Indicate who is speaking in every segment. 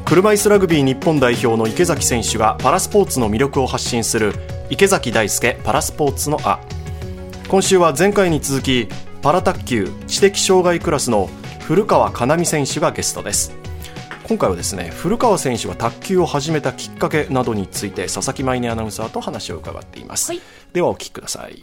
Speaker 1: 車いすラグビー日本代表の池崎選手がパラスポーツの魅力を発信する池崎大輔パラスポーツのあ。今週は前回に続きパラ卓球知的障害クラスの古川佳奈美選手がゲストです。今回はですね、古川選手が卓球を始めたきっかけなどについて佐々木舞音アナウンサーと話を伺っています、はい、ではお聞きください。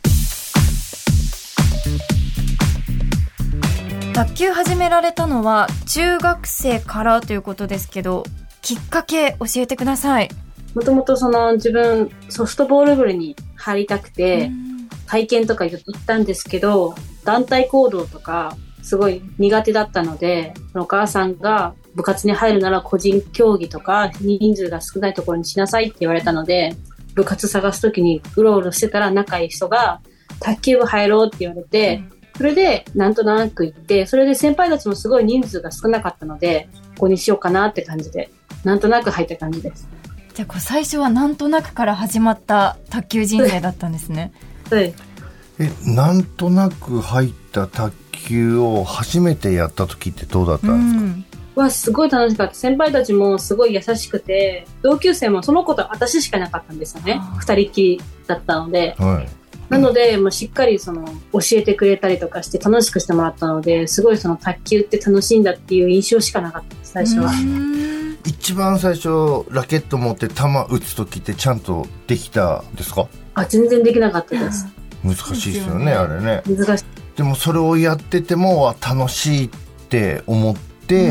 Speaker 2: 卓球始められたのは中学生からということですけど、きっかけ教えてください。
Speaker 3: もともと自分ソフトボール部に入りたくて体験とか行ったんですけど、団体行動とかすごい苦手だったので、お母さんが部活に入るなら個人競技とか人数が少ないところにしなさいって言われたので、部活探すときにうろうろしてたら仲いい人が卓球部入ろうって言われて、それでなんとなく行って、それで先輩たちもすごい人数が少なかったので、ここにしようかなって感じでなんとなく入った感じです。
Speaker 2: じゃあ最初はなんとなくから始まった卓球人生だったんですね。
Speaker 3: はい。
Speaker 4: なんとなく入った卓球を初めてやった時ってどうだったんですか？
Speaker 3: すごい楽しかった。先輩たちもすごい優しくて、同級生もその子と私しかいなかったんですよね。二人っきりだったので、はい、なので、しっかり教えてくれたりとかして楽しくしてもらったので、すごい卓球って楽しいんだっていう印象しかなかったです、最初は。
Speaker 4: 一番最初ラケット持って球打つ時ってちゃんとできたんですか？
Speaker 3: 全然できなかったです。
Speaker 4: 難しいですよね、あれね。
Speaker 3: 難しい。
Speaker 4: でもそれをやってても楽しいって思って、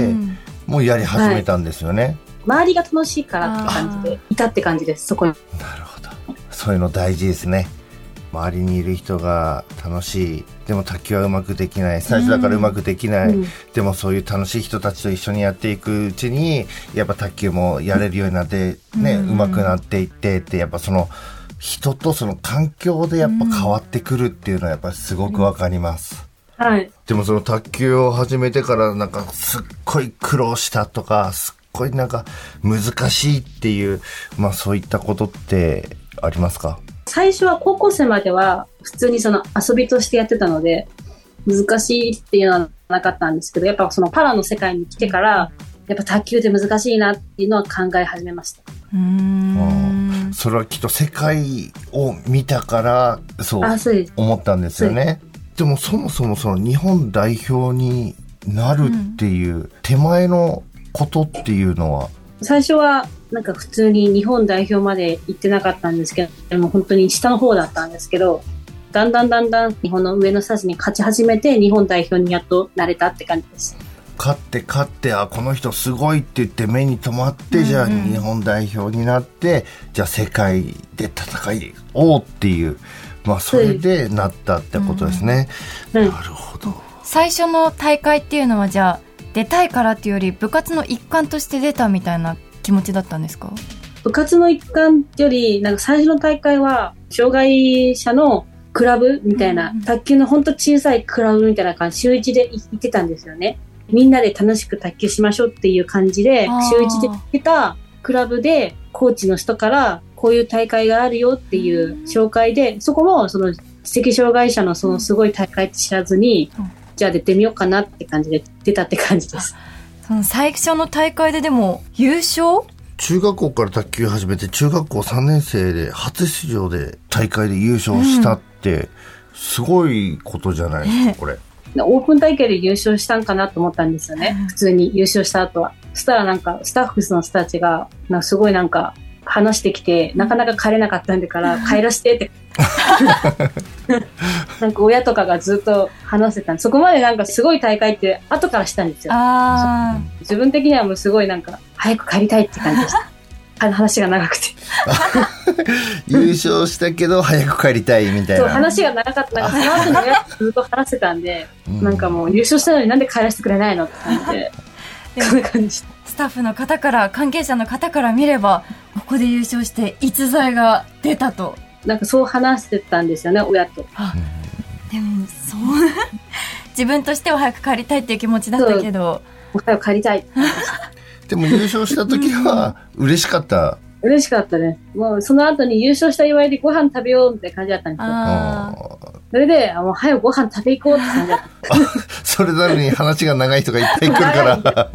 Speaker 4: もうやり始めたんですよね、はい、
Speaker 3: 周りが楽しいからって感じでいたって感じです。そこに。
Speaker 4: なるほど、そういうの大事ですね。周りにいる人が楽しい、でも卓球はうまくできない、最初だからうまくできない、でもそういう楽しい人たちと一緒にやっていくうちにやっぱ卓球もやれるようになってね、うまくなっていってって、やっぱ人と環境でやっぱ変わってくるっていうのはやっぱりすごくわかります、
Speaker 3: はい。
Speaker 4: でも卓球を始めてからすっごい苦労したとか、すっごい難しいっていう、そういったことってありますか？
Speaker 3: 最初は高校生までは普通に遊びとしてやってたので難しいっていうのはなかったんですけど、やっぱパラの世界に来てからやっぱ卓球って難しいなっていうのは考え始めました。
Speaker 4: それはきっと世界を見たからそう思ったんですよね。でもそもそも日本代表になるっていう手前のことっていうのは、
Speaker 3: 最初は普通に日本代表まで行ってなかったんですけど、でも本当に下の方だったんですけど、だんだん日本の上の人たちに勝ち始めて日本代表にやっとなれたって感じです。
Speaker 4: 勝ってこの人すごいって言って目に留まって、じゃあ日本代表になって、じゃあ世界で戦いおうっていう、それでなったってことですね、なるほど。
Speaker 2: 最初の大会っていうのはじゃあ出たいからっていうより部活の一環として出たみたいな気持ちだったんですか？
Speaker 3: 部活の一環より最初の大会は障害者のクラブみたいな、卓球のほんと小さいクラブみたいな感じ、週1で行ってたんですよね。みんなで楽しく卓球しましょうっていう感じで週1で行ってたクラブで、コーチの人からこういう大会があるよっていう紹介で、そこも知的障害者のすごい大会って知らずに、じゃあ出てみようかなって感じで出たって感じです。
Speaker 2: 最初の大会ででも優勝？
Speaker 4: 中学校から卓球始めて中学校3年生で初出場で大会で優勝したってすごいことじゃないですか、これ。
Speaker 3: オープン大会で優勝したんかなと思ったんですよね、普通に優勝した後は。そしたらスタッフの人たちがすごい話してきて、なかなか帰れなかったんでから帰らせてって親とかがずっと話してたんで、そこまですごい大会って後からしたんですよ。自分的にはもうすごい早く帰りたいって感じでした話が長くて
Speaker 4: 優勝したけど早く帰りたいみたいな。
Speaker 3: そう、話が長かった。その後に親とずっと話してたんで、もう優勝したのになんで帰らせてくれないのって感じでこんな感じ。
Speaker 2: スタッフの方から関係者の方から見ればここで優勝して逸材が出たと
Speaker 3: そう話してたんですよね、親と。
Speaker 2: でも自分としては早く帰りたいっていう気持ちだったけど、
Speaker 3: 早く帰りたい
Speaker 4: でも優勝した時は嬉しかった。
Speaker 3: 嬉しかったね。もうその後に優勝した祝いでご飯食べようみたいな感じだったんですよ。それでもう早くご飯食べ行こうって感じだった
Speaker 4: それなのに話が長い人がいっぱい来るから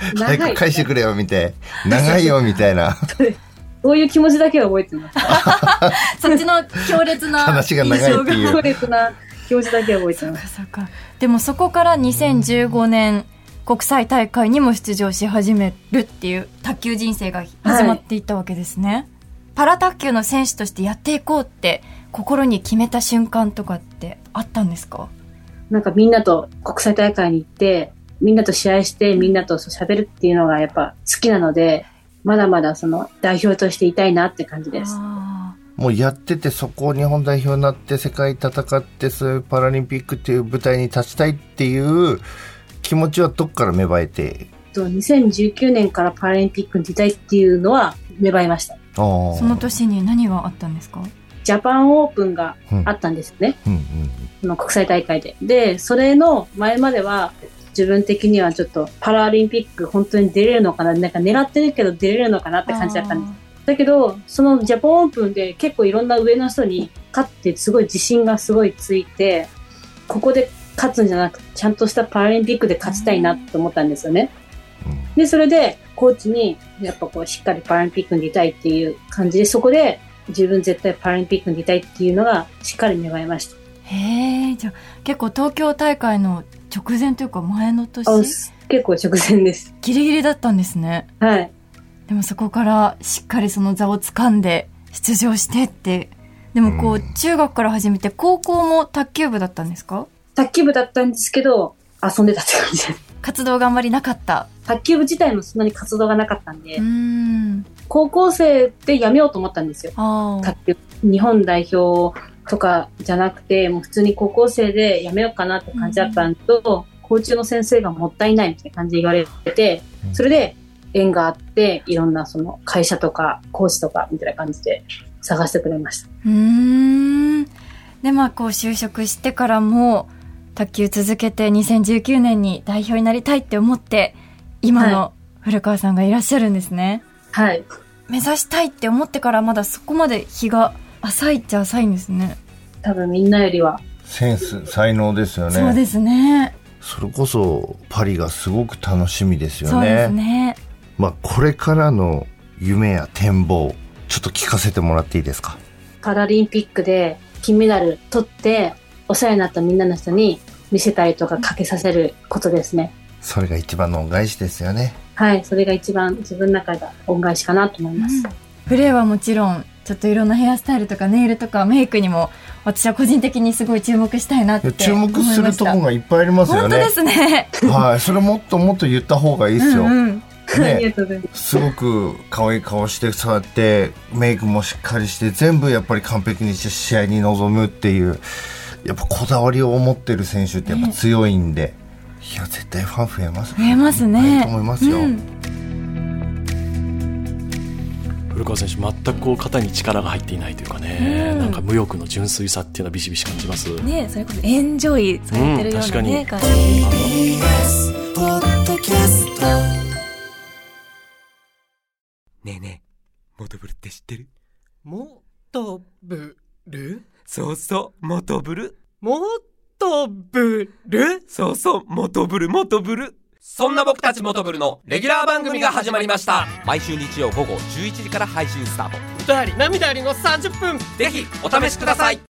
Speaker 4: 早く返してくれよみたいな。長いよみたいな。
Speaker 3: そういう気持ちだけは覚えてます。
Speaker 2: そっちの強烈な
Speaker 4: 話が長いっていう。
Speaker 3: 強烈な気持ちだけは覚えてます。
Speaker 2: そうか。でもそこから2015年、国際大会にも出場し始めるっていう卓球人生が始まっていったわけですね。はい、パラ卓球の選手としてやっていこうって心に決めた瞬間とかってあったんですか？
Speaker 3: なんかみんなと国際大会に行って、みんなと試合して、みんなと喋るっていうのがやっぱ好きなので、まだまだその代表としていたいなって感じです。
Speaker 4: もうやってて、そこを日本代表になって世界戦って、そういうパラリンピックっていう舞台に立ちたいっていう気持ちはどっから芽生えて
Speaker 3: ？2019年からパラリンピックに出たいっていうのは芽生えました。
Speaker 2: その年に何があったんですか？
Speaker 3: ジャパンオープンがあったんですね。その国際大会で。で、それの前までは自分的にはちょっとパラリンピック本当に出れるのかな、なんか狙ってるけど出れるのかなって感じだったんです。だけど、そのジャパンオープンで結構いろんな上の人に勝ってすごい自信がすごいついて、ここで勝つんじゃなくてちゃんとしたパラリンピックで勝ちたいなと思ったんですよね。で、それでコーチにやっぱこうしっかりパラリンピックに出たいっていう感じで、そこで自分絶対パラリンピックに出たいっていうのがしっかり願いました。
Speaker 2: へー、じゃあ結構東京大会の直前というか前の年？
Speaker 3: 結構直前です。
Speaker 2: ギリギリだったんですね。
Speaker 3: はい。
Speaker 2: でもそこからしっかりその座を掴んで出場してって。でもこう中学から始めて高校も卓球部だったんですか？
Speaker 3: 卓球部だったんですけど遊んでたって感じです。
Speaker 2: 活動があんまりなかった。
Speaker 3: 卓球部自体もそんなに活動がなかったんで、高校生で辞めようと思ったんですよ。卓球日本代表とかじゃなくて、もう普通に高校生で辞めようかなって感じだったんと、コーチの先生がもったいないみたいな感じで言われて、それで縁があっていろんなその会社とかコーチとかみたいな感じで探してくれました。
Speaker 2: でまあこう就職してからも卓球続けて2019年に代表になりたいって思って今の古川さんがいらっしゃるんですね。
Speaker 3: はい。
Speaker 2: 目指したいって思ってからまだそこまで日が浅いっちゃ浅いんですね。
Speaker 3: 多分みんなよりは
Speaker 4: センス才能ですよね。
Speaker 2: そうですね。
Speaker 4: それこそパリがすごく楽しみですよね。
Speaker 2: そうですね。
Speaker 4: まあこれからの夢や展望ちょっと聞かせてもらっていいですか？
Speaker 3: パラリンピックで金メダル取ってお世話になったみんなの人に見せたりとかかけさせることですね。
Speaker 4: それが一番の恩返しですよね。
Speaker 3: はい、それが一番自分の中で恩返しかなと思います。
Speaker 2: プレーはもちろんちょっといろんなヘアスタイルとかネイルとかメイクにも私は個人的にすごい注目したいなって思いました。
Speaker 4: 注目するところがいっぱいありますよね。
Speaker 2: 本当ですね。
Speaker 4: はい、それもっともっと言った方がいいですよ。
Speaker 3: ね、ありがとうございます。
Speaker 4: すごく可愛い顔してそうやってメイクもしっかりして全部やっぱり完璧にして試合に臨むっていうやっぱこだわりを持ってる選手ってやっぱ強いんで、いや絶対ファン増えますね。
Speaker 2: 増えますね。
Speaker 4: と思いますよ。
Speaker 1: 古川選手全くこう肩に力が入っていないというかね、なんか無欲の純粋さっていうのはビシビシ感じます
Speaker 5: ね。それこそエンジョイされてるようなね、感じ。
Speaker 6: ねえねえ、モトブルって知ってる？
Speaker 7: モトブル？
Speaker 6: そうそう、モトブル。
Speaker 7: モトブル？
Speaker 6: そうそう、モトブル、モトブル。そんな僕たちモトブルのレギュラー番組が始まりました。毎週日曜午後11時から配信スタート。
Speaker 7: 歌あり涙ありの30分。
Speaker 6: ぜひお試しください。